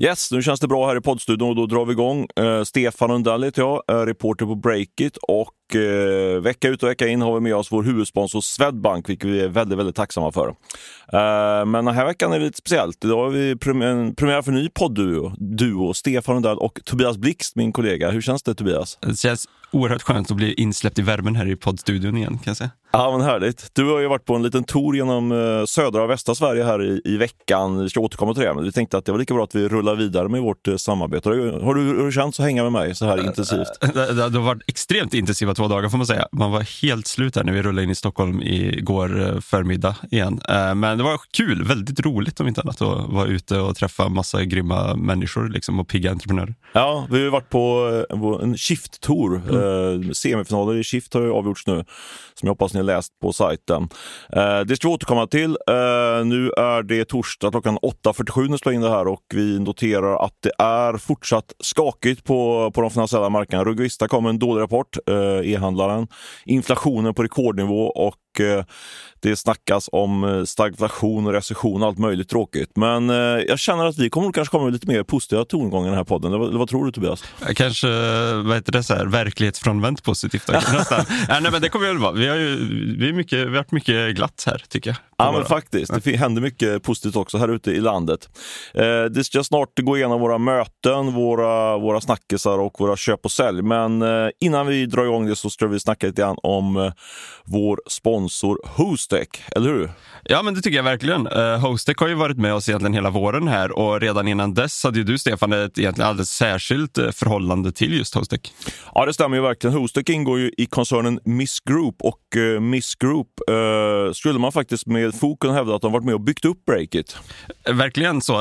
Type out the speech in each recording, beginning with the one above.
Yes, nu känns det bra här i poddstudion och då drar vi igång. Stefan Undell heter jag, är reporter på Breakit och vecka ut och vecka in har vi med oss vår huvudsponsor Swedbank, vilket vi är väldigt, väldigt tacksamma för. Men den här veckan är det lite speciellt. Idag har vi premiär för en ny poddduo, Stefan Undell och Tobias Blixt, min kollega. Hur känns det, Tobias? Det känns oerhört skönt att bli insläppt i värmen här i poddstudion igen, kan jag säga. Ja, men härligt. Du har ju varit på en liten tour genom södra och västra Sverige här i veckan. Vi ska återkomma till det, men vi tänkte att det var lika bra att vi rullar vidare med vårt samarbete. Har du känt så hänga med mig så här intensivt? Det har varit extremt intensiva 2 dagar, får man säga. Man var helt slut här när vi rullade in i Stockholm igår förmiddag igen. Men det var kul, väldigt roligt om inte annat att vara ute och träffa massa grymma människor liksom, och pigga entreprenörer. Ja, vi har varit på en Shift-tour. Semifinaler i Shift har ju avgjorts nu, som jag hoppas ni har läst på sajten. Det ska vi återkomma till. Nu är det torsdag klockan 8.47 när vi spelar in det här och vi noterar att det är fortsatt skakigt på de finansiella marknaderna. Rugvista kom en dålig rapport, e-handlaren. Inflationen på rekordnivå och det snackas om stagflation och recession och allt möjligt tråkigt. Men jag känner att vi kanske kommer med lite mer positiva tongångar i den här podden. Vad tror du, Tobias? Kanske, vad heter det så här, verklighetsfrånvänt positivt. Nästan. Nej, men det kommer väl vara. Vi har varit mycket glatt här, tycker jag. Ja, men faktiskt. Det händer mycket positivt också här ute i landet. Det ska snart gå igenom våra möten, våra snackisar och våra köp och sälj. Men innan vi drar igång det så ska vi snacka lite grann om vår sponsor Hostech, eller hur? Ja, men det tycker jag verkligen. Hostech har ju varit med oss egentligen hela våren här och redan innan dess hade ju du, Stefan, ett egentligen alldeles särskilt förhållande till just Hostech. Ja, det stämmer ju verkligen. Hostech ingår ju i koncernen Miss Group och Miss Group skulle man faktiskt med fog kunna hävda att de varit med och byggt upp Breakit. Verkligen så.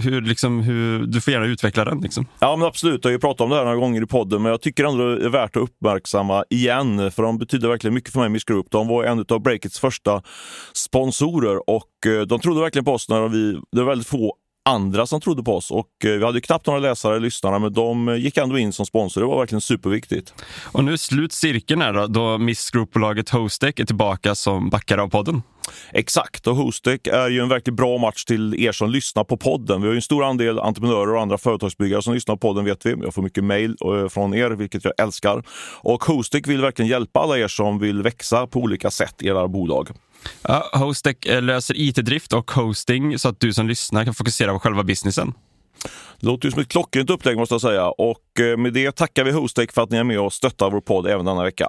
Hur du får gärna utveckla den liksom. Ja, men absolut. Jag har ju pratat om det här några gånger i podden, men jag tycker ändå det är värt att uppmärksamma igen, för de betyder verkligen mycket för mig, Miss Group. De var en av Breakits första sponsorer och de trodde verkligen på oss när det var väldigt få andra som trodde på oss och vi hade knappt några läsare, lyssnare, men de gick ändå in som sponsor. Det var verkligen superviktigt. Och nu är slut cirkeln här då Miss Group-bolaget Hostech är tillbaka som backare av podden. Exakt, och Hostech är ju en verkligen bra match till er som lyssnar på podden. Vi har ju en stor andel entreprenörer och andra företagsbyggare som lyssnar på podden, vet vi. Jag får mycket mejl från er, vilket jag älskar. Och Hostech vill verkligen hjälpa alla er som vill växa på olika sätt i era bolag. Ja, Hostech löser IT-drift och hosting så att du som lyssnar kan fokusera på själva businessen. Det låter ju som ett klockrent upplägg, måste jag säga. Och med det tackar vi Hostech för att ni är med och stöttar vår podd även denna vecka.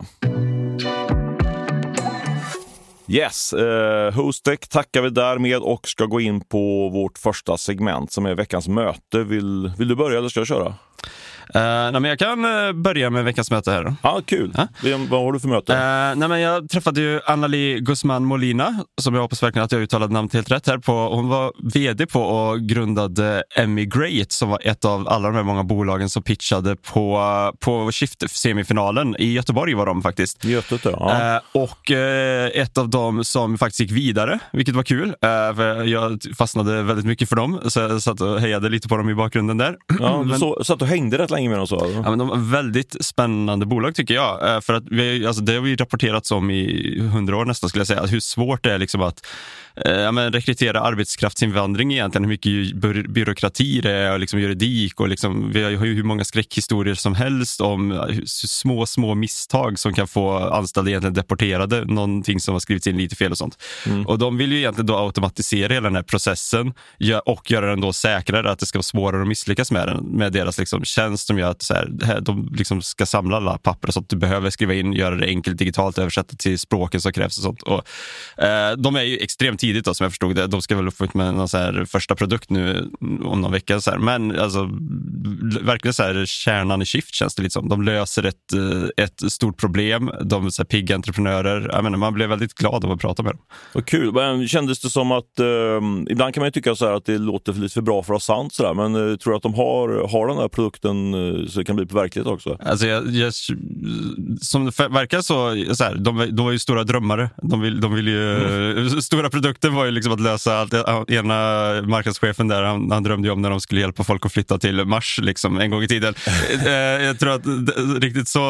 Yes, Hostech tackar vi därmed och ska gå in på vårt första segment som är veckans möte. Vill du börja eller ska jag köra? Nej, men jag kan börja med veckans möte här. Ja, kul. Vad har du för möte? Nej, men jag träffade ju Annalie Guzman Molina, som jag hoppas verkligen att jag uttalade namnet helt rätt här på. Hon var vd på och grundade Emigrate, som var ett av alla de här många bolagen som pitchade på Shift-semifinalen. I Göteborg var de faktiskt. Ja. Och ett av dem som faktiskt gick vidare, vilket var kul. För jag fastnade väldigt mycket för dem, så jag satt och hejade lite på dem i bakgrunden där. Ja, du satt och hängde rätt länge med dem så. Ja, men de var väldigt spännande bolag tycker jag. För att det har vi rapporterats om i 100 år nästan, skulle jag säga. Hur svårt det är liksom att rekrytera arbetskraftsinvandring egentligen. Hur mycket byråkrati det är och liksom juridik. Och liksom, vi har ju hur många skräckhistorier som helst om små misstag som kan få anställda egentligen deporterade. Någonting som har skrivits in lite fel och sånt. Och de vill ju egentligen då automatisera hela den här processen och göra den då säkrare, att det ska vara svårare att misslyckas med den. Med deras liksom tjänst som gör att de liksom ska samla alla papper så att du behöver skriva in, göra det enkelt digitalt, översätta till språken som krävs och sånt. Och de är ju extremt tidigt då, som jag förstod det. De ska väl få ut med någon så här första produkt nu om någon vecka så här. Men alltså verkligen så här kärnan i Shift känns det lite som. De löser ett stort problem. De är så här pigga entreprenörer. Jag menar, man blev väldigt glad av att prata med dem. Vad kul. Men kändes det som att ibland kan man ju tycka så här att det låter lite för bra för att vara sant så där, men tror du att de har den här produkten så det kan bli på verklighet också? Alltså som det verkar så här, de var ju stora drömmare. De vill ju stora produkter produkten var ju liksom att lösa allt. Ena marknadschefen där, han drömde ju om när de skulle hjälpa folk att flytta till Mars liksom, en gång i tiden. Jag tror att riktigt så,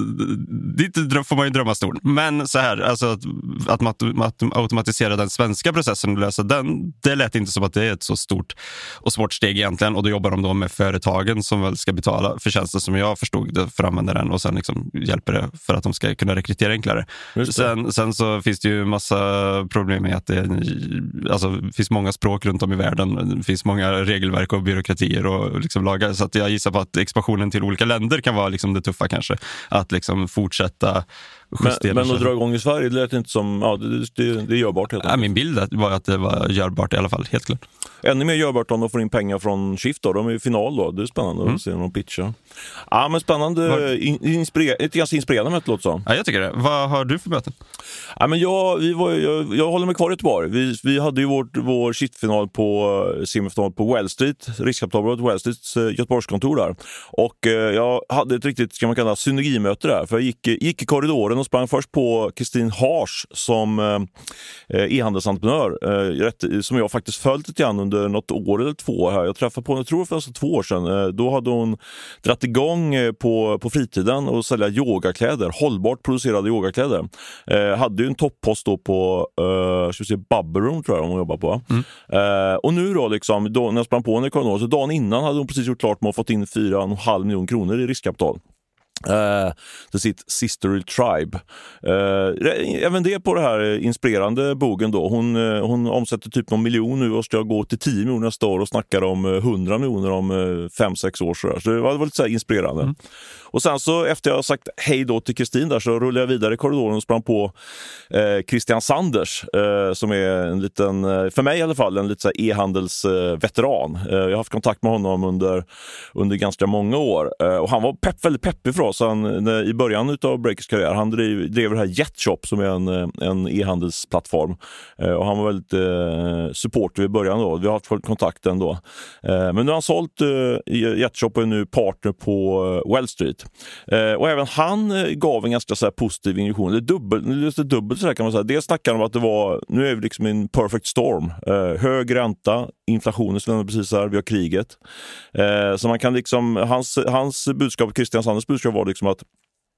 dit får man ju drömma stort. Men så här, alltså att automatisera den svenska processen och lösa den, det lät inte som att det är ett så stort och svårt steg egentligen. Och då jobbar de då med företagen som väl ska betala för tjänsten, som jag förstod det, för att använda den, och sen liksom hjälper det för att de ska kunna rekrytera enklare. Sen så finns det ju massa problem med att det finns många språk runt om i världen. Det finns många regelverk och byråkratier och liksom lagar. Så att jag gissar på att expansionen till olika länder kan vara liksom det tuffa kanske. Att liksom fortsätta justera. Men att dra igång i Sverige, det lät inte som... det är görbart. Min bild var att det var görbart i alla fall, helt klart. Ännu mer görbart om de får in pengar från Shift då. De är i final då. Det är spännande att se dem pitcha. Ja, men spännande. Ett ganska inspirerande möte låter som. Ja, jag tycker det. Vad har du för möten? Ja, men jag håller mig kvar i Göteborg. Vi hade ju vår Shift-final semifinal på Well Street, riskkapitalbolaget Well Streets Göteborgskontor där. Och jag hade ett riktigt, ska man kalla, synergimöte där. För jag gick i korridoren och sprang först på Kristin Hars som e-handelsentreprenör, som jag faktiskt följt lite grann under något år eller 2 år här. Jag träffade på henne, jag tror för 2 år sedan. Då hade hon dratt igång på fritiden och sälja yogakläder, hållbart producerade yogakläder. Hade ju en topppost då på Bubble Room, tror jag hon jobbar på. Och nu då, liksom, när jag sprang på henne i korridoren, så dagen innan hade hon precis gjort klart med att ha fått in 4,5 miljoner kronor i riskkapital. Till sitt Sisterly Tribe. Även det på det här inspirerande bogen då. Hon omsätter typ någon miljon nu och ska gå till 10 miljoner nästa år och snackar om 100 miljoner om 5-6 år. Så det var lite så här inspirerande. Och sen så efter jag sagt hej då till Kristin där, så rullade jag vidare i korridoren och sprang på Christian Sanders, som är en liten, för mig i alla fall, en lite så här e-handelsveteran. Jag har haft kontakt med honom under ganska många år. Och han var väldigt peppig för oss. I början av Breakers karriär, han drev det här Jetshop som är en e-handelsplattform. Och han var väldigt supporter i början då. Vi har haft kontakt ändå. Men nu har han sålt Jetshop och är nu partner på Well Street. Och även han gav en ganska så här positiv injektion. Det är dubbelt så här, kan man säga. Det snackar om att nu är vi liksom en perfect storm. Hög ränta, inflationen som precis här, vi har kriget. Så man kan liksom, hans budskap, Christian Sanders budskap var liksom att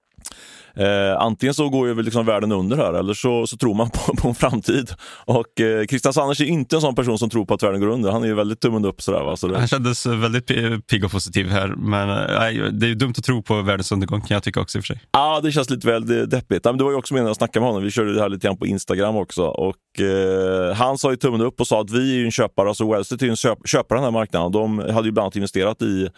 antingen så går ju liksom världen under här, eller så tror man på en framtid. Och Christian Sanders är inte en sån person som tror på att världen går under. Han är ju väldigt tummen upp sådär, va? Så han kändes väldigt pigg och positiv här. Men det är ju dumt att tro på världens undergång, kan jag tycka också i och för sig. Ja, det känns lite väl deppigt. Men det var ju också meningen att snacka med honom. Vi körde det här lite grann på Instagram också. Och han sa ju tummen upp och sa att vi är ju en köpare. Alltså Well Street är ju en köpare den här marknaden. De hade ju bland annat investerat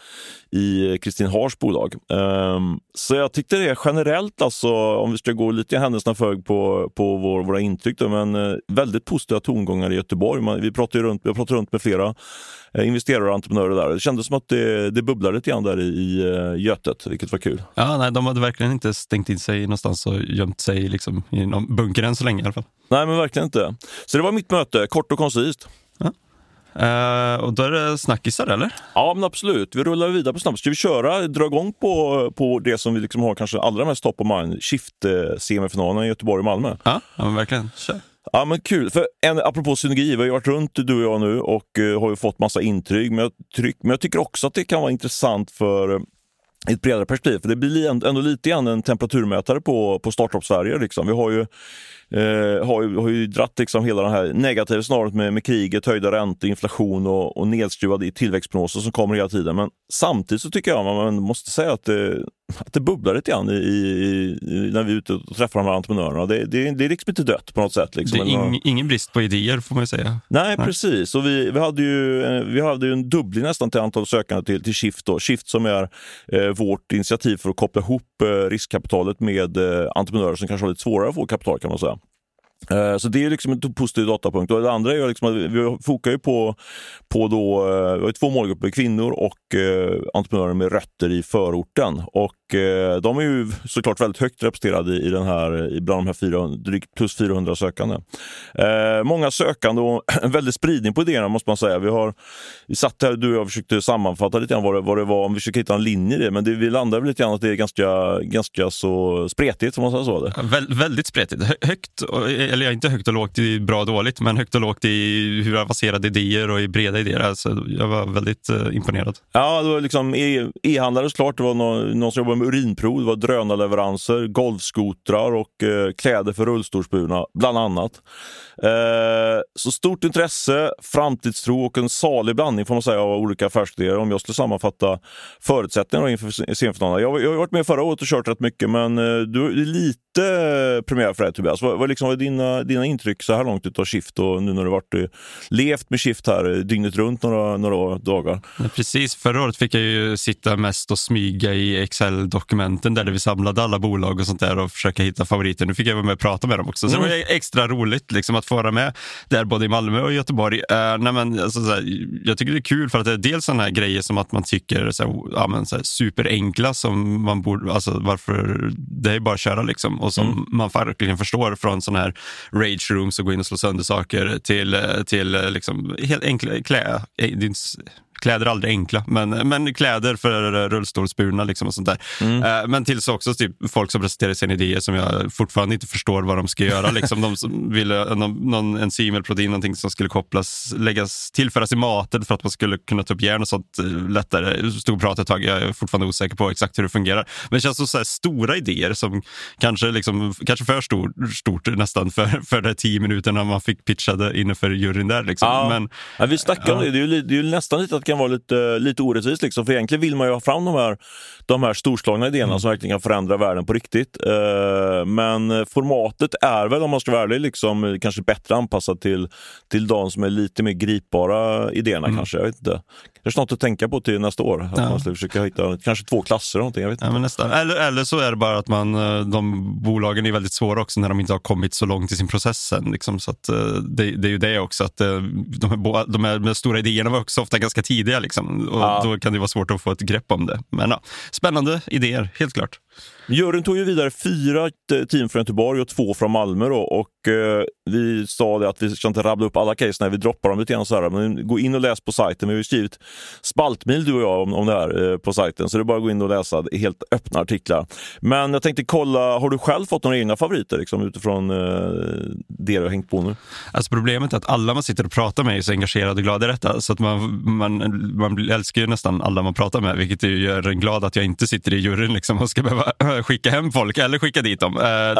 i Kristin Hars bolag. Så jag tyckte det generellt, alltså, om vi ska gå lite händelserna för på våra intryck då, men väldigt positiva tongångar i Göteborg. Vi pratar runt med flera investerare och entreprenörer där. Det kändes som att det bubblade lite grann där i Götet, vilket var kul. Ja, nej, de hade verkligen inte stängt in sig någonstans och gömt sig liksom i någon bunker än så länge i alla fall. Nej, men verkligen inte. Så det var mitt möte, kort och koncist. Ja. Och då är det snackisar, eller? Ja, men absolut. Vi rullar vidare på snabbt. Ska vi dra igång på det som vi liksom har kanske allra mest top of mind, Shift-semifinalen i Göteborg och Malmö? Ja, men verkligen. Kör. Ja, men kul. För apropå synergi, vi har ju varit runt, du och jag nu, och har ju fått massa intryck. Men jag tycker också att det kan vara intressant för ett bredare perspektiv. För det blir ändå lite grann en temperaturmätare på Startup Sverige. Liksom. Vi har ju dratt liksom hela den här negativa scenariot med kriget, höjda räntor, inflation och nedskruvade tillväxtprognoser som kommer hela tiden. Men samtidigt så tycker jag man måste säga att det bubblar lite grann när vi är ute och träffar de här entreprenörerna. Det är liksom inte dött på något sätt. Liksom. Det är ingen brist på idéer, får man ju säga. Nej, precis. Och vi hade ju en dubbling nästan till antal sökande till Shift då. Shift som är vårt initiativ för att koppla ihop riskkapitalet med entreprenörer som kanske har lite svårare att få kapital, kan man säga. Så det är liksom en positiv datapunkt. Och det andra är liksom att vi fokar ju på då, vi har 2 målgrupper, kvinnor och entreprenörer med rötter i förorten. Och de är ju såklart väldigt högt representerade bland de här drygt plus 400 sökande. Många sökande och en väldigt spridning på idéerna, måste man säga. Vi satt här, du och jag försökte sammanfatta lite grann vad det var, om vi försöker hitta en linje i det. Men vi landade väl lite grann att det är ganska så spretigt, som man säger så. Väldigt spretigt. Högt eller jag är inte högt och lågt i bra och dåligt, men högt och lågt i hur avancerade idéer och i breda idéer. Alltså, jag var väldigt imponerad. Ja, det var liksom e-handlare såklart. Det var någon som jobbade med urinprov, det var drönarleveranser, golfskotrar och kläder för rullstolsburna, bland annat. Så stort intresse, framtidstro och en salig blandning får man säga av olika affärsidéer om jag skulle sammanfatta förutsättningarna inför semifinalen. Jag har varit med förra året och kört rätt mycket, men du är lite premiär för det, Tobias. Vad liksom var dina intryck så här långt utav Shift och nu när du varit levt med Shift här dygnet runt några dagar? Ja, precis, förra året fick jag ju sitta mest och smyga i Excel-dokumenten där vi samlade alla bolag och sånt där och försöka hitta favoriter. Nu fick jag vara med och prata med dem också. Så det var extra roligt liksom, att få vara med där både i Malmö och Göteborg. Alltså, jag tycker det är kul för att det är dels sådana här grejer som att man tycker så här, superenkla som man borde, alltså varför det är bara att köra liksom, och som man verkligen förstår, från sådana här rage rooms och gå in och slå sönder saker till liksom helt enkla kläder är aldrig enkla, men kläder för rullstolsburna liksom och sånt där. Men till så också typ folk som presenterar sina idéer som jag fortfarande inte förstår vad de ska göra. Liksom, de som ville någon enzym eller protein, någonting som skulle tillföras i maten för att man skulle kunna ta upp järn och sånt lättare. Stod och pratade ett tag, jag är fortfarande osäker på exakt hur det fungerar. Men det känns så här stora idéer som kanske för stort nästan för de 10 minuterna man fick pitchade innanför juryn där. Liksom. Ja. Men, vi snackar om det. Det är ju nästan lite att kan vara lite orättvist liksom, för egentligen vill man ju ha fram de här storslagna idéerna som verkligen kan förändra världen på riktigt. Men formatet är väl, om man ska vara ärlig, liksom, kanske bättre anpassat till de som är lite mer gripbara idéerna kanske, jag vet inte. Det är snart att tänka på till nästa år. Att man ska försöka hitta kanske 2 klasser eller någonting, jag vet inte. Ja, men nästan. Eller så är det bara att de bolagen är väldigt svåra också när de inte har kommit så långt i sin process sen, liksom, så att det är ju det också att de här stora idéerna var också ofta ganska tidiga liksom, och då kan det vara svårt att få ett grepp om det. Men ja, spännande idéer, helt klart. Juryn tog ju vidare 4 team från Göteborg och 2 från Malmö då, och vi sa det att vi ska inte rabbla upp alla case när vi droppar dem lite grann så här, men gå in och läs på sajten. Vi har ju skrivit spaltmil du och jag om det här på sajten, så det är bara att gå in och läsa helt öppna artiklar. Men jag tänkte kolla, har du själv fått några egna favoriter liksom, utifrån det du har hängt på nu? Alltså problemet är att alla man sitter och pratar med är så engagerade och glada i detta, så att man älskar ju nästan alla man pratar med, vilket gör en glad att jag inte sitter i juryn liksom, och ska behöva skicka hem folk eller skicka dit dem. Det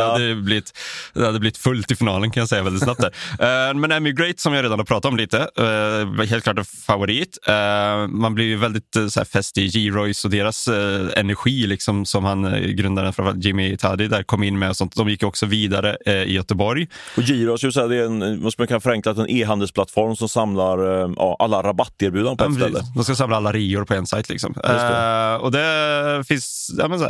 hade blivit fullt i finalen, kan jag säga väldigt snabbt där. Men Emigrate, som jag redan har pratat om lite, helt klart en favorit. Man blir ju väldigt så här fäst i G-Royce och deras energi liksom, som grundaren framförallt Jimmy Taddy där kom in med och sånt. De gick också vidare i Göteborg. Och G-Royce, så här, det är man kan förenkla en e-handelsplattform som samlar alla rabatterbjudanden på ett ställe. De ska samla alla rior på en sajt liksom. Och det finns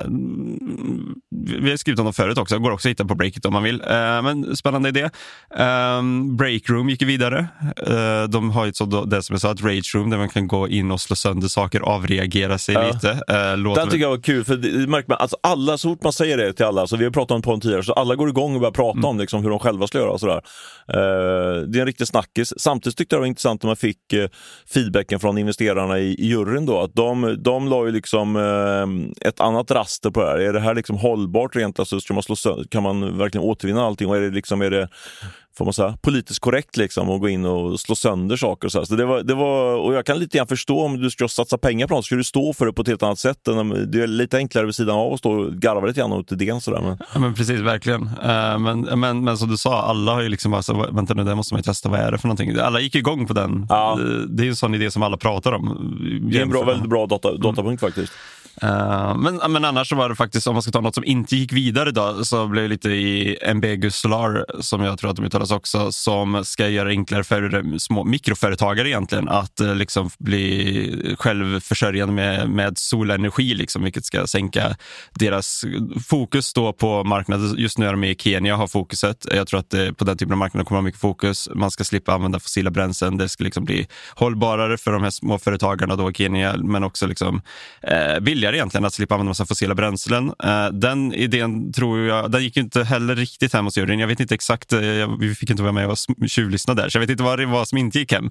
vi har skrivit om dem förut också. Går också att hitta på Breakit om man vill. Men spännande idé. Breakroom gick vidare. De har ju det som jag sa, ett rage room där man kan gå in och slå sönder saker, avreagera sig lite. Den tycker jag var kul, för det märker man, alltså alla, så fort man säger det till alla, så vi har pratat om på en tidigare, så alla går igång och börjar prata om liksom, hur de själva ska göra och sådär. Det är en riktig snackis. Samtidigt tyckte jag det var intressant när man fick feedbacken från investerarna i juryn då, att de la ju liksom ett annat raster på det här. Är det här liksom hållbart rent, alltså ska man kan man verkligen återvinna allting, och är det får man säga, politiskt korrekt liksom, och gå in och slå sönder saker och så här. Så det var, och jag kan lite grann förstå, om du ska satsa pengar på något så ska du stå för det på ett helt annat sätt. Det är lite enklare vid sidan av att stå och garva lite grann åt idén sådär. Men... Ja, men precis, verkligen. Men som du sa, alla har ju liksom bara så, vänta nu, det måste man ju testa, vad är det för någonting? Alla gick igång på den. Ja. Det är ju en sån idé som alla pratar om. Det är en väldigt bra datapunkt faktiskt. Men annars så var det faktiskt, om man ska ta något som inte gick vidare då, så blev det lite i MBG Solar, som jag tror att de uttalas också, som ska göra enklare för små mikroföretagare egentligen att liksom bli självförsörjande med solenergi liksom, vilket ska sänka deras fokus då på marknaden. Just nu är de i Kenya, har fokuset. Jag tror att på den typen av marknaden kommer ha mycket fokus. Man ska slippa använda fossila bränslen. Det ska liksom bli hållbarare för de här små företagarna då i Kenya, men också liksom billigare billigare egentligen att slippa använda massa fossila bränslen. Den idén tror jag, den gick ju inte heller riktigt hem hos juryn. Jag vet inte exakt, vi fick inte vara med och tjuvlyssna där, så jag vet inte vad det var som inte gick hem.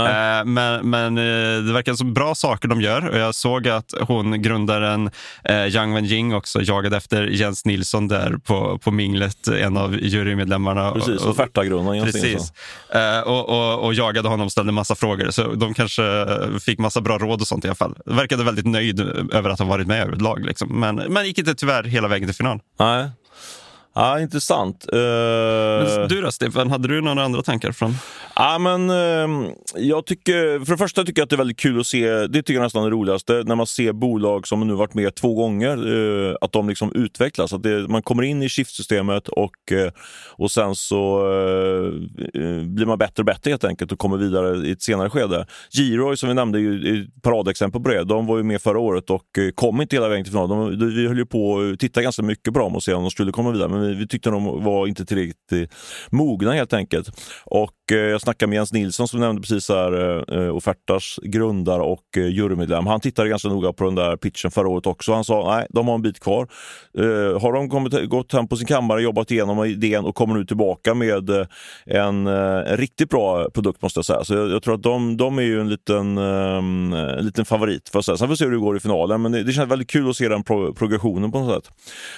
Men det verkar som bra saker de gör, och jag såg att hon, grundaren Yang Wenjing, också jagade efter Jens Nilsson där på minglet, en av jurymedlemmarna. Precis, offertagrundan Jens Nilsson. Och jagade honom, ställde massa frågor, så de kanske fick massa bra råd och sånt i alla fall. Verkade väldigt nöjd över att ha varit med överlag liksom. Men gick inte tyvärr hela vägen till final. Nej. Ja, intressant. Men du då, Stefan, hade du några andra tankar från? Ja, men jag tycker, för det första tycker jag att det är väldigt kul att se, det tycker jag nästan är det roligaste, när man ser bolag som nu varit med 2 gånger, att de liksom utvecklas, att man kommer in i shiftsystemet och sen så blir man bättre och bättre helt enkelt och kommer vidare i ett senare skede. Giroy, som vi nämnde, är ju ett paradexempel på det. De var ju med förra året och kom inte hela vägen till final. Vi höll ju på att titta ganska mycket på dem och se om de skulle komma vidare, men vi tyckte de var inte tillräckligt mogna helt enkelt. Och jag snackade med Jens Nilsson, som nämnde precis här, Offertas grundare och jurymedlem. Han tittade ganska noga på den där pitchen förra året också. Han sa, nej, de har en bit kvar. Har de gått hem på sin kammare, jobbat igenom idén och kommer nu tillbaka med en riktigt bra produkt, måste jag säga. Så jag tror att de är ju en liten favorit. För att säga. Sen får vi se hur det går i finalen, men det känns väldigt kul att se den progressionen på något sätt.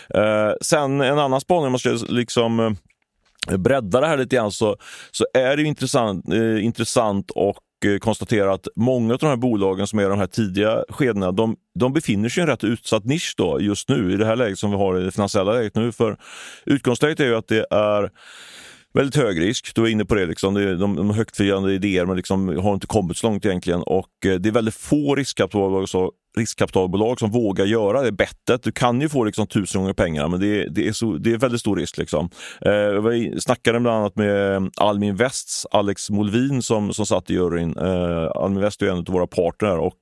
Sen en annan spaning, måste jag liksom bredda det här lite grann, så är det ju intressant och konstatera att många av de här bolagen som är i de här tidiga skedena, de befinner sig i en rätt utsatt nisch då just nu, i det här läget som vi har i det finansiella läget nu. För utgångsläget är ju att det är väldigt hög risk, du är inne på det liksom. Det är de högt friande idéer, men liksom har inte kommit så långt egentligen, och det är väldigt få riskkapitalbolag som vågar göra det bettet. Du kan ju få liksom 1000 gånger pengar, men det är väldigt stor risk liksom. Jag snackade bland annat med Almi Invests Alex Molvin som satt i juryn. Almi Invest är en av våra partner, och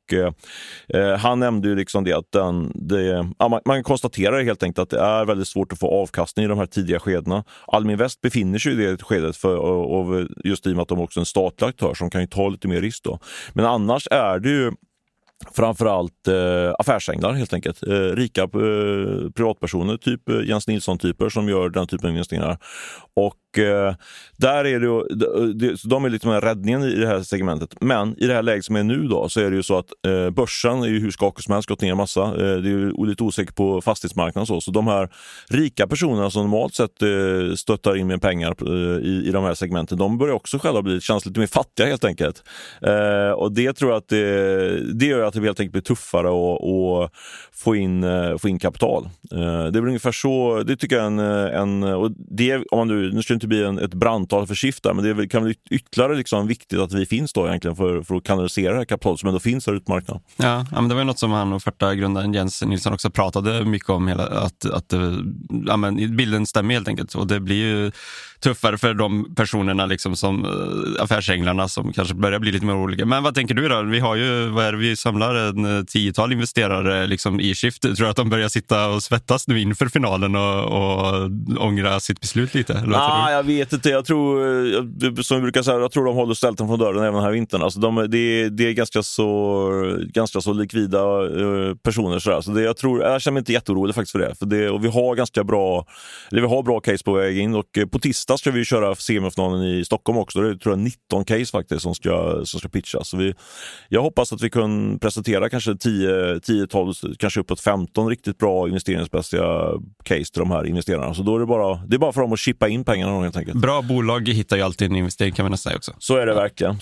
han nämnde ju liksom det att man konstaterar helt enkelt att det är väldigt svårt att få avkastning i de här tidiga skedena. Almi Invest befinner sig i det skedet just i och med att de också är en statlig aktör som kan ju ta lite mer risk då. Men annars är det ju framförallt affärsänglar helt enkelt. Rika privatpersoner, typ Jens Nilsson-typer, som gör den typen av investeringar. Och där är de är lite med räddningen i det här segmentet. Men i det här läget som är nu då, så är det ju så att börsen är ju hur skakig som helst, gått ner en massa. Det är ju lite osäkert på fastighetsmarknaden så de här rika personerna som normalt sett stöttar in med pengar i de här segmenten, de börjar också själva känns lite mer fattiga helt enkelt. Och det tror jag att det gör att det helt enkelt blir tuffare att få in kapital. Det blir ungefär så, det tycker jag och det, om man nu ska inte bli ett brandtal för Shift där, men det kan bli ytterligare liksom viktigt att vi finns då egentligen för att kanalisera det här kapitalet som ändå finns här ute på marknaden. Ja, men det var ju något som han och Offerta-grundaren Jens Nilsson också pratade mycket om, att bilden stämmer helt enkelt, och det blir ju tuffare för de personerna liksom som affärsänglarna som kanske börjar bli lite mer oroliga. Men vad tänker du då? Vi har ju, vi samlar en 10-tal investerare liksom i Shift. Tror du att de börjar sitta och svettas nu inför finalen och ångra sitt beslut lite? Jag vet inte. Jag tror, som vi brukar säga, jag tror de håller stälten från dörren även den här vintern. Alltså det är ganska så likvida personer sådär. Så jag känner mig inte jätteorolig faktiskt för det. Och vi har ganska bra, vi har bra case på väg in, och på tisdag ska vi köra semifinalen i Stockholm också. Det är, tror jag, 19 case faktiskt som ska pitchas. Så jag hoppas att vi kan presentera kanske 10-12, kanske uppåt 15 riktigt bra investeringsmässiga case till de här investerarna. Så då är det bara för dem att chippa in pengarna helt enkelt. Bra bolag hittar ju alltid en investering, kan man nästan säga också. Så är det verkligen.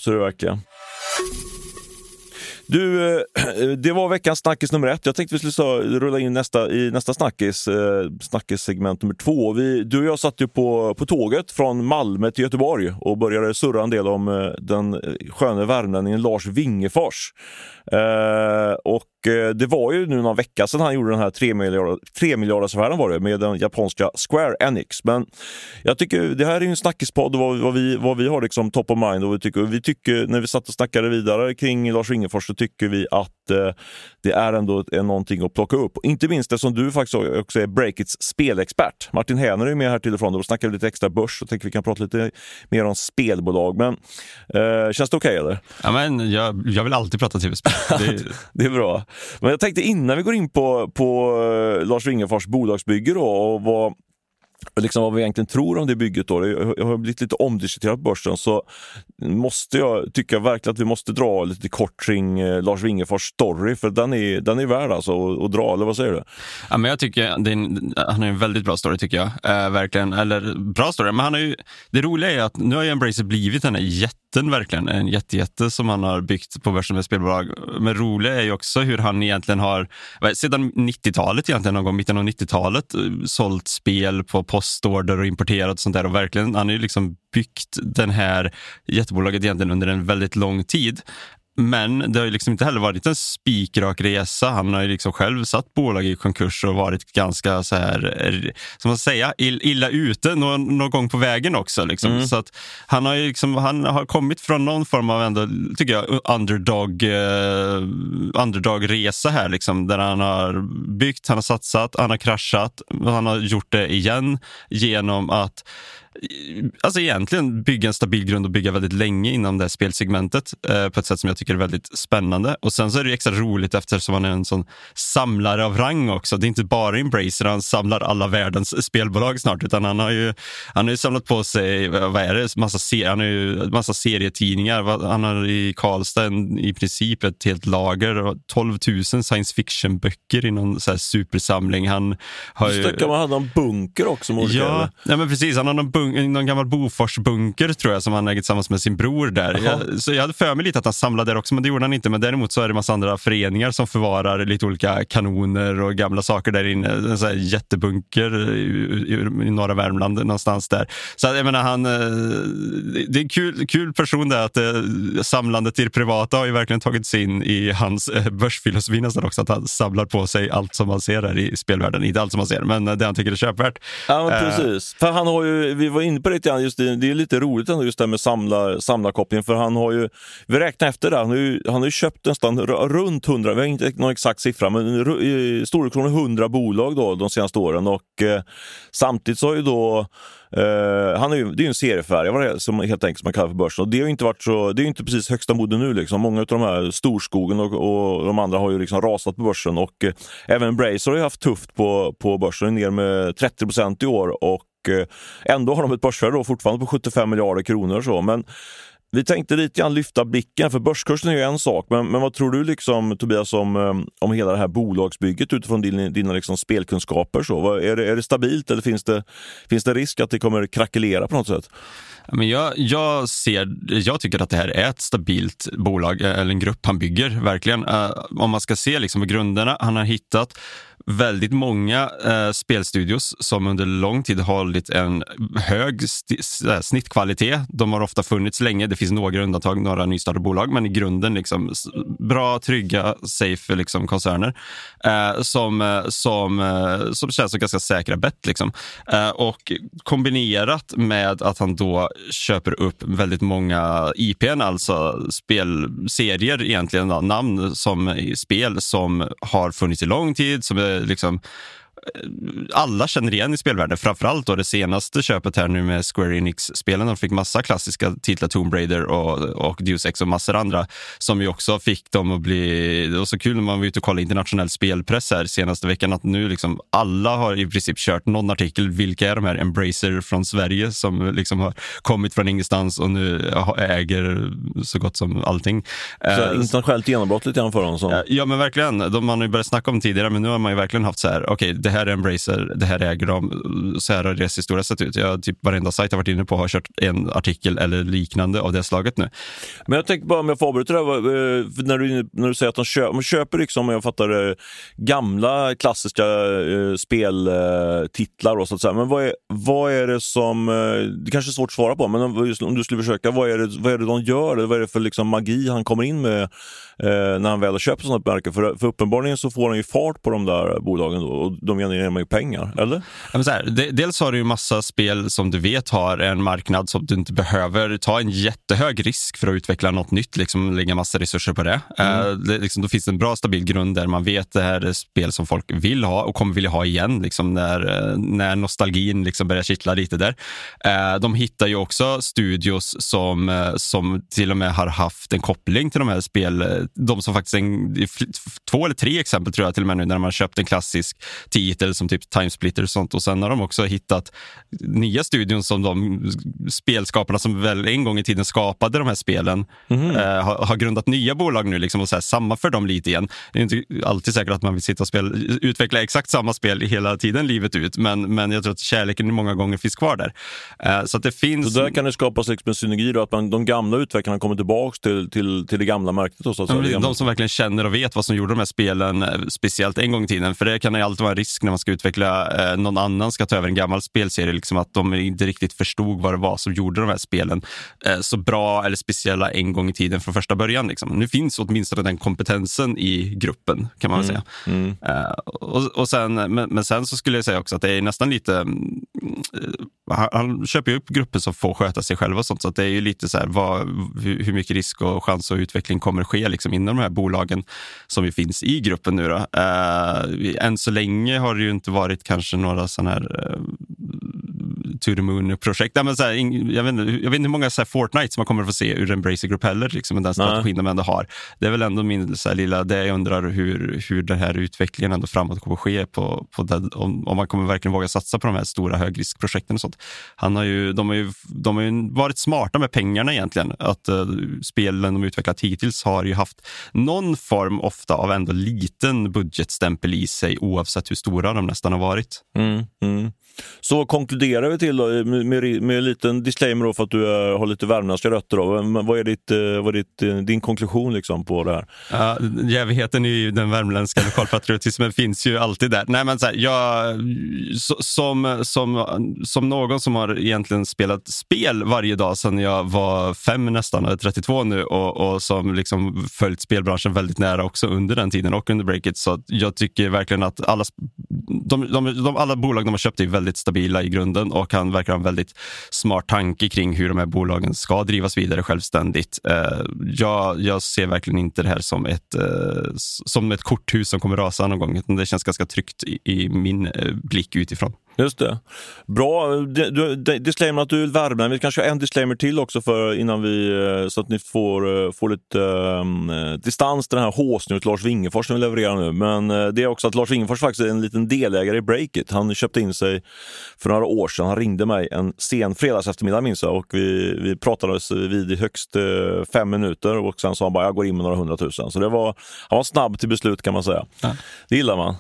Du, det var veckans snackis nummer 1. Jag tänkte vi skulle rulla in i nästa snackissegment nummer 2. Du och jag satt ju på tåget från Malmö till Göteborg och började surra en del om den sköna värmlänningen Lars Wingefors. Och det var ju nu någon vecka sedan han gjorde den här 3 miljarders affären var det, med den japanska Square Enix. Men jag tycker det här är ju en snackispodd, vad vi har liksom top of mind, och vi tycker när vi satt och snackade vidare kring Lars Wingefors, så tycker vi att det är ändå någonting att plocka upp. Inte minst eftersom du faktiskt också är Breakits spelexpert. Martin Häner är med här till och från. Då snackar vi lite extra börs och tänker vi kan prata lite mer om spelbolag. Men känns det okej, eller? Ja, men jag vill alltid prata tv-spel. Det är bra. Men jag tänkte innan vi går in på Lars Wingefors bolagsbygge då, och vad vi egentligen tror om det bygget då. Jag har blivit lite omdiskuterat på börsen, så måste jag tycka verkligen att vi måste dra lite kort kring Lars Wingefors story, för den är värd alltså att dra, eller vad säger du? Ja, men jag tycker han har en väldigt bra story, tycker jag. Verkligen, eller bra story, men han har ju, det roliga är att nu har ju Embracer blivit den här verkligen en jätte som han har byggt på börsen med spelbolag. Men roliga är ju också hur han egentligen har sedan 90-talet egentligen, någon gång mitten av 90-talet, sålt spel på postorder och importerat och sånt där, och verkligen han har ju liksom byggt den här jättebolaget egentligen under en väldigt lång tid. Men det har ju liksom inte heller varit en spikrak resa. Han har ju liksom själv satt bolag i konkurs och varit ganska så här, som man säger, illa ute någon gång på vägen också liksom. Så att han har ju liksom, han har kommit från någon form av ändå, tycker jag, underdog-resa här liksom, där han har byggt, han har satsat, han har kraschat, han har gjort det igen genom att egentligen bygga en stabil grund och bygga väldigt länge inom det här spelsegmentet på ett sätt som jag tycker är väldigt spännande. Och sen så är det extra roligt eftersom han är en sån samlare av rang också. Det är inte bara Embracer, han samlar alla världens spelbolag snart, utan han har ju samlat på sig, massa serietidningar. Han har i Karlstad i princip ett helt lager och 12 000 science fiction böcker i någon så här supersamling. Han har ju... Man hade en bunker också. Ja, men precis. Han har någon gammal Bofors-bunker, tror jag, som han äger tillsammans med sin bror där. Så jag hade för mig lite att han samlade där också, men det gjorde han inte. Men däremot så är det en massa andra föreningar som förvarar lite olika kanoner och gamla saker där inne. En sån här jättebunker i norra Värmland någonstans där. Så jag menar, det är en kul person där, att samlandet i det privata har ju verkligen tagit sig in i hans börsfilosofi nästan också, att han samlar på sig allt som man ser där i spelvärlden. Inte allt som man ser, men det han tycker är köpvärt. Ja, men precis. För han har ju, vi var inne på det, just det är lite roligt ändå just det med samlarkopplingen, för han har ju, vi räknar efter det, han har ju köpt nästan runt 100, vi har inte någon exakt siffra, men i storleksordning 100 bolag då de senaste åren, och samtidigt så har ju då det är ju en seriefärg som helt enkelt som man kallar för börsen, och det har ju inte varit så, det är ju inte precis högsta mode nu liksom. Många av de här storskogen och de andra har ju liksom rasat på börsen, och även Embracer har ju haft tufft på börsen, ner med 30% i år, och ändå har de ett börsvärde då fortfarande på 75 miljarder kronor så. Men vi tänkte lite grann lyfta blicken, för börskursen är ju en sak, men vad tror du liksom, Tobias, om hela det här bolagsbygget utifrån dina liksom spelkunskaper så? Är det stabilt, eller finns det risk att det kommer krackelera på något sätt? Men jag tycker att det här är ett stabilt bolag, eller en grupp han bygger, verkligen. Om man ska se liksom grunderna, han har hittat väldigt många spelstudios som under lång tid har hållit en hög snittkvalitet. De har ofta funnits länge, det finns några undantag, några nystartade bolag, men i grunden liksom bra, trygga, safe liksom koncerner som känns som ganska säkra bett liksom. Och kombinerat med att han då köper upp väldigt många IPn, alltså spelserier egentligen, namn som spel som har funnits i lång tid, som är liksom alla känner igen i spelvärlden. Framförallt då det senaste köpet här nu med Square Enix-spelen. De fick massa klassiska titlar, Tomb Raider och Deus Ex och massor andra, som ju också fick dem att bli... Det var så kul när man var ute och kollade internationell spelpress här senaste veckan, att nu liksom alla har i princip kört någon artikel. Vilka är de här Embracer från Sverige som liksom har kommit från ingenstans och nu äger så gott som allting. Så internationellt genombrott lite grann för dem som... Ja, men verkligen. Man har ju börjat snacka om tidigare, men nu har man ju verkligen haft så här, okej, det här är Embracer, det här äger de, så här har deras historia sett ut. Jag typ varenda sajt jag varit inne på har kört en artikel eller liknande av det slaget nu. Men jag tänker bara, om jag får avbryta det, när du säger att de köper liksom, jag fattar, gamla klassiska speltitlar och så att säga. Men vad är det som, det kanske är svårt att svara på, men om du skulle försöka, vad är det de gör? Vad är det för liksom magi han kommer in med när han väl har köpt sådana märken? För uppenbarligen så får han ju fart på de där bolagen då, och de genererar man ju pengar, eller? Ja, men så här, dels har du ju massa spel som du vet har en marknad som du inte behöver ta en jättehög risk för att utveckla något nytt, liksom lägga massa resurser på det. Då finns det en bra stabil grund där man vet det här är spel som folk vill ha och kommer vilja ha igen, liksom när nostalgin liksom börjar kittla lite där. De hittar ju också studios som till och med har haft en koppling till de här spel. De som faktiskt 2 eller 3 exempel tror jag till och med nu, när de har köpt en klassisk titel som typ Timesplitter och sånt, och sen har de också hittat nya studion som de spelskaparna som väl en gång i tiden skapade de här spelen har grundat nya bolag nu liksom, och så här, sammanför dem lite igen. Det är inte alltid säkert att man vill sitta och utveckla exakt samma spel hela tiden livet ut, men jag tror att kärleken många gånger finns kvar där. Så att det finns... Så där kan det skapas liksom en synergi då, att de gamla utvecklarna kommer tillbaka till det gamla märket. Och så, de som verkligen känner och vet vad som gjorde de här spelen speciellt en gång i tiden, för det kan ju alltid vara en risk när man ska utveckla någon annan ska ta över en gammal spelserie, liksom, att de inte riktigt förstod vad det var som gjorde de här spelen så bra eller speciella en gång i tiden från första början. Liksom. Nu finns åtminstone den kompetensen i gruppen, kan man väl säga. Och sen så skulle jag säga också att det är nästan lite... Han köper ju upp grupper som får sköta sig själva och sånt, så att det är ju lite så här hur mycket risk och chans och utveckling kommer ske liksom inom de här bolagen som ju finns i gruppen nu då. Än så länge har det ju inte varit kanske några sådana här To the Moon-projekt. Ja, men så här, jag vet inte hur många så här Fortnite som man kommer att få se ur Embracer Group heller, liksom, med den strategin de ändå har. Det är väl ändå min så här lilla, det jag undrar hur den här utvecklingen ändå framåt kommer att ske på det, om man kommer verkligen våga satsa på de här stora högriskprojekten och sånt. De har ju varit smarta med pengarna egentligen. Att spelen de utvecklat hittills har ju haft någon form ofta av ändå liten budgetstämpel i sig, oavsett hur stora de nästan har varit. Så konkluderar vi till då, med en liten disclaimer då, för att du har lite värmländska rötter då. Vad är din konklusion liksom på det här? Ja, jävigheten i den värmländska lokalpatriotismen finns ju alltid där. Nej, men så här, som någon som har egentligen spelat spel varje dag sedan jag var 5 nästan, och 32 nu, och som liksom följt spelbranschen väldigt nära också under den tiden och under breaket, så jag tycker verkligen att alla bolag de har köpt är väldigt stabila i grunden och han verkar ha en väldigt smart tanke kring hur de här bolagen ska drivas vidare självständigt. Jag ser verkligen inte det här som ett korthus som kommer rasa någon gång, utan det känns ganska tryggt i min blick utifrån. Just det. Bra. Disclaimer att du är värmland. Vi kanske har en disclaimer till också innan vi, så att ni får lite distans till den här håsnut Lars Wingefors som vi levererar nu. Men det är också att Lars Wingefors faktiskt är en liten delägare i Breakit. Han köpte in sig för några år sedan. Han ringde mig en sen fredags eftermiddag minns jag, och vi pratades vid i högst 5 minuter, och sen sa han bara jag går in med några 100 000. Så han var snabb till beslut, kan man säga. Ja. Det gillar man.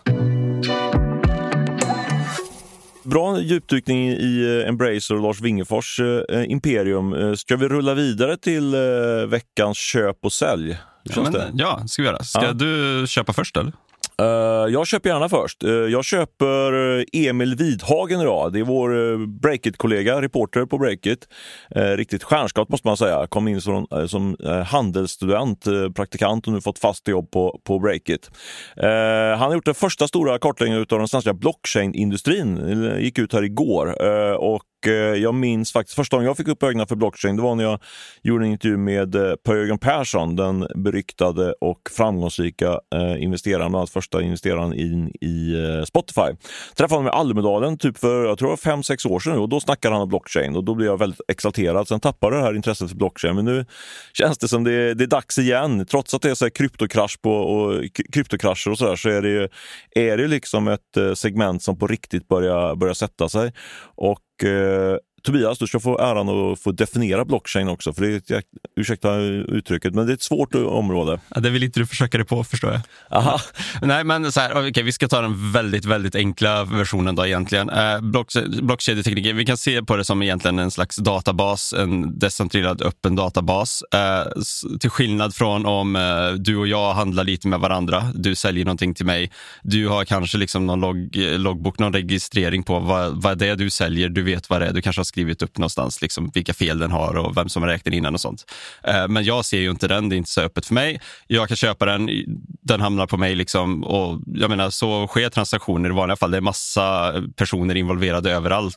Bra djupdykning i Embracer och Lars Wingefors imperium. Ska vi rulla vidare till veckans köp och sälj? Ja, ska vi göra. Ska du köpa först eller? Jag köper gärna först. Jag köper Emil Widhagen idag. Det är vår Breakit-kollega, reporter på Breakit. Riktigt stjärnskott måste man säga. Kom in som handelsstudent, praktikant, och nu fått fast jobb på Breakit. Han har gjort den första stora kartläggningen av den svenska blockchain-industrin. Gick ut här igår. Och jag minns faktiskt första gången jag fick upp ögonen för blockchain, det var när jag gjorde en intervju med Per-Jörgen Persson, den beryktade och framgångsrika investeraren, bland annat första investeraren i Spotify. Träffade honom med Almedalen typ för, jag tror 5-6 år sedan nu, och då snackade han om blockchain och då blev jag väldigt exalterad. Sen tappade det här intresset för blockchain, men nu känns det som det är dags igen. Trots att det är så här kryptokrascher och sådär, så är det liksom ett segment som på riktigt börjar sätta sig. Och Tobias, du ska få äran att få definiera blockchain också, för det är ursäkta uttrycket, men det är ett svårt område. Ja, det vill inte du försöka det på, förstår jag. Aha. Nej, men så här, okej, vi ska ta den väldigt, väldigt enkla versionen då egentligen. Blockkedjetekniken, vi kan se på det som egentligen en slags databas, en decentraliserad öppen databas. Till skillnad från om du och jag handlar lite med varandra, du säljer någonting till mig, du har kanske liksom någon loggbok, någon registrering på vad det är du säljer, du vet vad det är, du kanske har skrivit upp någonstans liksom, vilka fel den har och vem som har räknat innan och sånt. Men jag ser ju inte den, det är inte så öppet för mig. Jag kan köpa den hamnar på mig liksom, och jag menar, så sker transaktioner i vanliga fall. Det är massa personer involverade överallt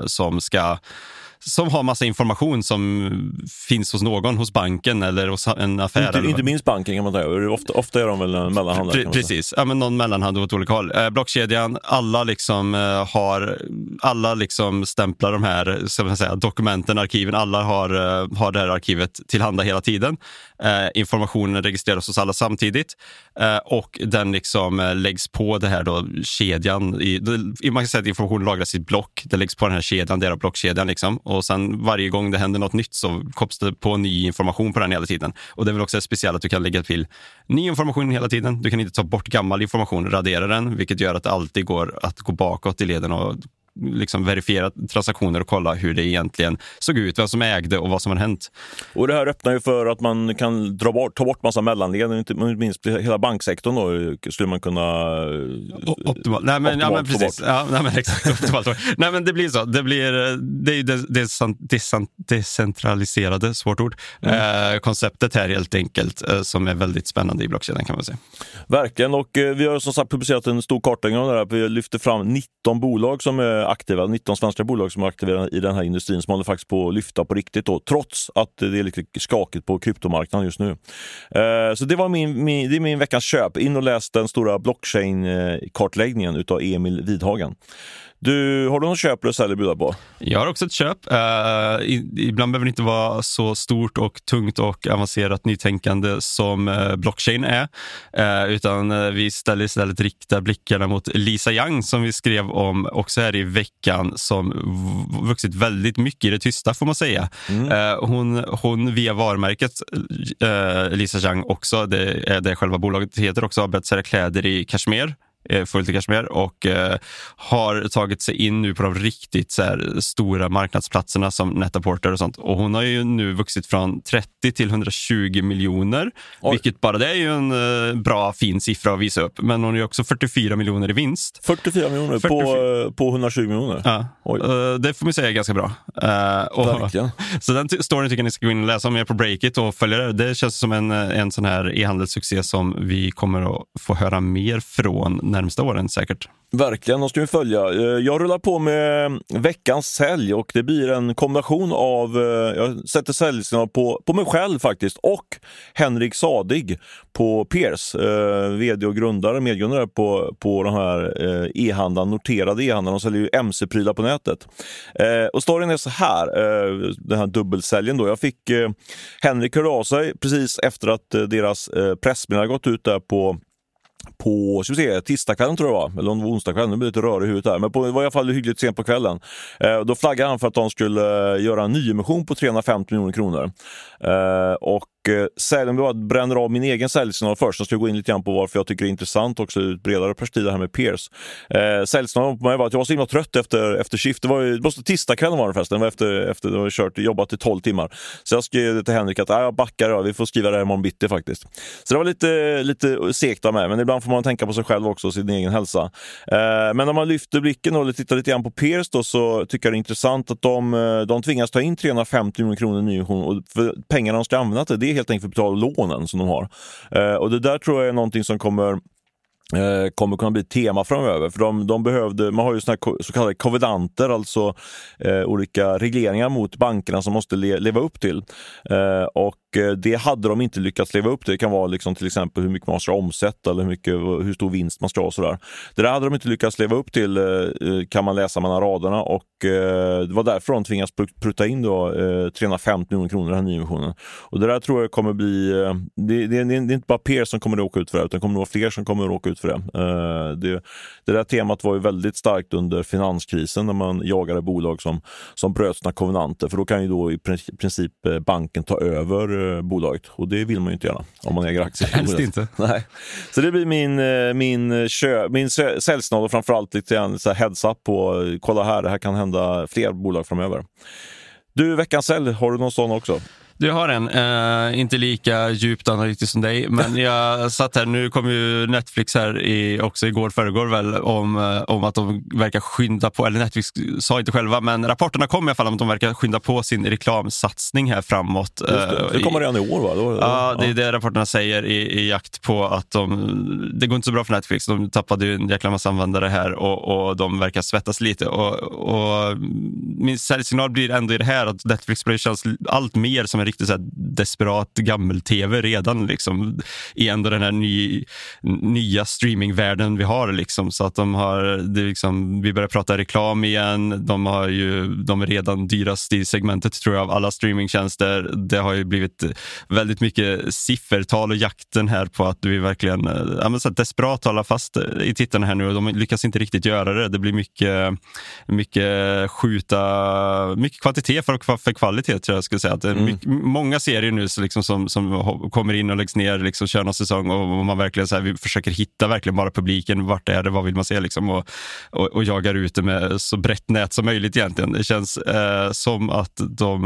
som har massa information som finns hos någon, hos banken eller hos en affär. Inte minst banken kan man säga. Ofta är de väl en mellanhandlare. Precis, ja, men någon mellanhand åt olika håll. Blockkedjan, alla liksom stämplar de här, ska man säga, dokumenten, arkiven. Alla har det här arkivet tillhanda hela tiden. Informationen registreras hos alla samtidigt. Och den liksom läggs på det här då, kedjan. Man kan säga att informationen lagras i ett block. Det läggs på den här kedjan, det är blockkedjan liksom. Och sen varje gång det händer något nytt så kopplas det på ny information på den hela tiden. Och det är väl också speciellt att du kan lägga till ny information hela tiden. Du kan inte ta bort gammal information, radera den, vilket gör att det alltid går att gå bakåt i leden och liksom verifiera transaktioner och kolla hur det egentligen såg ut, vem som ägde och vad som har hänt. Och det här öppnar ju för att man kan ta bort massa mellanled, inte minst hela banksektorn då skulle man kunna optimalt. Nej men precis. Ja, nej men exakt optimalt. Nej men det blir så. Det är ju det decentraliserade, svårt ord. Konceptet här helt enkelt som är väldigt spännande i blockkedjan, kan man säga. Verkligen, och vi har som sagt publicerat en stor kartläggning av det här. Vi lyfter fram 19 bolag som är aktiva, 19 svenska bolag som är aktiva i den här industrin, som håller faktiskt på att lyfta på riktigt då, trots att det är lite skakigt på kryptomarknaden just nu. Så det var det är min veckans köp. In och läs den stora blockchain-kartläggningen utav Emil Widhagen. Har du någon köp du säljer bjuda på? Jag har också ett köp. Ibland behöver det inte vara så stort och tungt och avancerat nytänkande som blockchain är. Utan vi istället riktar blickarna mot Lisa Yang, som vi skrev om också här i veckan, som vuxit väldigt mycket i det tysta, får man säga. Hon via varumärket Lisa Yang också, det är det själva bolaget heter också, har börjat sälja kläder i kashmir. Fullt i kashmir, och har tagit sig in nu på de riktigt så här stora marknadsplatserna som Net-a-Porter och sånt. Och hon har ju nu vuxit från 30 till 120 miljoner. Oj. Vilket bara det är ju en bra fin siffra att visa upp. Men hon har ju också 44 miljoner i vinst. 44 miljoner på 120 miljoner? Ja, det får man säga är ganska bra. Verkligen. Så den storyn tycker jag ni ska gå in och läsa om er på Breakit och följa det. Det känns som en sån här e-handelssuccé som vi kommer att få höra mer från närmsta åren säkert. Verkligen, de ska vi följa. Jag rullar på med veckans sälj, och det blir en kombination av, jag sätter säljsignal på mig själv faktiskt, och Henrik Sadig på Peers, vd och medgrundare på den här e-handeln, noterade e-handeln. De säljer ju MC-prylar på nätet. Och storyn är så här, den här dubbelsäljen då. Jag fick Henrik höra av sig precis efter att deras pressmeddelande gått ut där på tisdagskvällen tror jag det var, eller onsdagskvällen, nu blir det lite rör i huvudet här, men det var i alla fall hyggligt sent på kvällen. Då flaggade han för att de skulle göra en nyemission på 350 miljoner kronor. Och säljen var att bränna av min egen säljsignal först, så ska jag gå in lite grann på varför jag tycker det är intressant också ur ett bredare perspektiv det här med Peers. Säljsignalen på mig var att jag var så himla trött efter skift. Det var ju tisdagskvällen var det förresten, det var efter jag hade jobbat i 12 timmar. Så jag skrev till Henrik att jag backar, vi får skriva det här imorgon bitti faktiskt. Så det var lite segt av mig, men ibland får man tänka på sig själv också och sin egen hälsa. Men när man lyfter blicken och tittar lite grann på Peers då, så tycker jag det är intressant att de tvingas ta in 350 miljoner kronor i nyemission, och för pengarna de ska använda till det är helt enkelt för att betala lånen som de har. Och det där tror jag är någonting som kommer kunna bli ett tema framöver, för de behövde, man har ju såna här så kallade kovenanter, alltså olika regleringar mot bankerna som måste leva upp till, och det hade de inte lyckats leva upp till. Det kan vara liksom till exempel hur mycket man ska omsätta eller hur stor vinst man ska ha och sådär. Det där hade de inte lyckats leva upp till, kan man läsa mellan raderna, och det var därför de tvingas prutta in då 350 miljoner kronor i den här nyemissionen. Och det där tror jag kommer bli, det är inte bara Peers som kommer att åka ut för det, utan det kommer att vara fler som kommer att åka ut för det. Det där temat var ju väldigt starkt under finanskrisen, när man jagade bolag som bröt sina kovenanter, för då kan ju då i princip banken ta över bolaget, och det vill man ju inte gärna om man äger aktier. Helst inte. Nej. Så det blir min säljsignal, och framförallt lite grann så här heads up på, kolla här, det här kan hända fler bolag framöver. Du, veckans sälj, har du någon sån också? Du har en, inte lika djupt analytiskt som dig, men jag satt här, nu kom ju Netflix här också igår, förrgår väl, om att de verkar skynda på, eller Netflix sa inte själva, men rapporterna kom i alla fall om att de verkar skynda på sin reklamsatsning här framåt. Det kommer redan i år, va? Ja, det är det rapporterna säger i jakt på att det går inte så bra för Netflix. De tappade ju en jäkla massa användare här och de verkar svettas lite. Och min säljsignal blir ändå i det här att Netflix känns allt mer som en riktigt så här desperat gammel-tv redan liksom, i ändå den här nya streamingvärlden vi har liksom, så att de har det liksom, vi börjar prata reklam igen, de är redan dyrast i segmentet tror jag av alla streamingtjänster. Det har ju blivit väldigt mycket siffertal och jakten här på att vi verkligen så desperat hålla fast i tittarna här nu, och de lyckas inte riktigt göra det. Det blir mycket kvantitet för kvalitet tror jag skulle säga. Att det är många serier nu så liksom som kommer in och läggs ner, liksom kör någon säsong och man verkligen så här, vi försöker hitta verkligen bara publiken, vart är det, vad vill man se liksom, och jagar ut det med så brett nät som möjligt egentligen. Det känns som att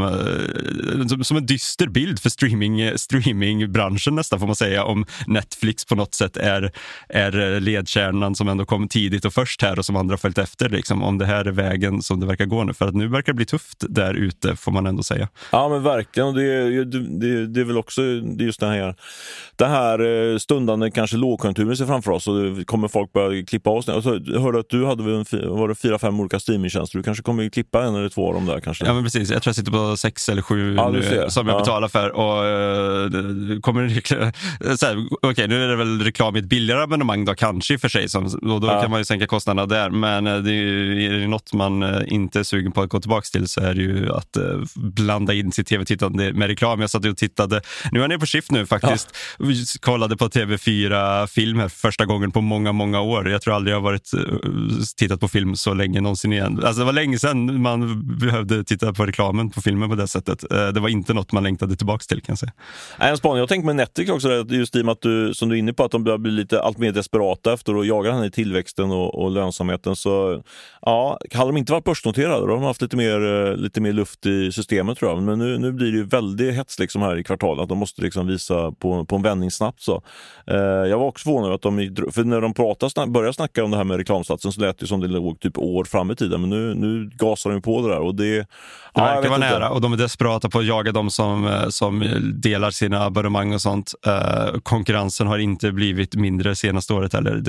som en dyster bild för streamingbranschen nästan, får man säga, om Netflix på något sätt är ledkärnan som ändå kom tidigt och först här och som andra följt efter liksom, om det här är vägen som det verkar gå nu, för att nu verkar det bli tufft där ute, får man ändå säga. Ja, men verkligen, och det är väl också just det här stundande kanske lågkonjunkturen ser framför oss, och det kommer folk börja klippa oss. Och så hörde att du hade väl 4-5 olika streamingtjänster, du kanske kommer ju klippa en eller två av dem där kanske. Ja, men precis, jag tror jag sitter på 6 eller 7 som jag betalar för, och kommer okej, nu är det väl reklam i ett billigare abonnemang då kanske för sig, och då kan man ju sänka kostnaderna där, men det är något man inte är sugen på att gå tillbaka till, så är det ju att blanda in sitt tv-tittande med reklam. Jag satt och tittade, nu är jag nere på Shift nu faktiskt, kollade på TV4-film här första gången på många år. Jag tror aldrig jag har tittat på film så länge någonsin igen. Alltså det var länge sedan man behövde titta på reklamen på filmen på det sättet. Det var inte något man längtade tillbaka till, kan jag säga. En spaning, jag tänkte med Netflix också, just i och med att du, som du är inne på, att de börjar bli lite allt mer desperata efter att jaga den här tillväxten och lönsamheten, så ja, hade de inte varit börsnoterade, då har de haft lite mer luft i systemet tror jag, men nu blir det ju väldigt hets liksom här i kvartalet, att de måste liksom visa på en vändning snabbt så. Jag var också förvånad att för när de började snacka om det här med reklamsatsen så lät det som det låg typ år fram i tiden, men nu gasar de på det där, och det verkar vara nära, och de är desperata på att jaga de som delar sina abonnemang och sånt. Konkurrensen har inte blivit mindre senaste året heller.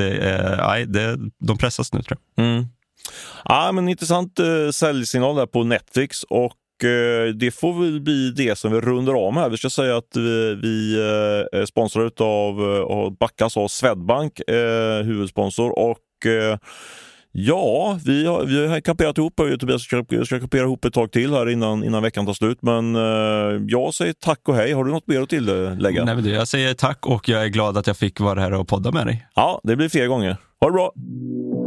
De pressas nu tror jag. Ja, men intressant säljsignal där på Netflix, och det får väl bli det som vi rundar om här. Vi ska säga att vi är sponsrade av backas av Swedbank, huvudsponsor, och ja, vi har kaperat ihop, och Tobias ska kapera ihop ett tag till här innan veckan tar slut, men jag säger tack och hej. Har du något mer att tillägga? Nej, men jag säger tack, och jag är glad att jag fick vara här och podda med dig. Ja, det blir fler gånger. Ha det bra!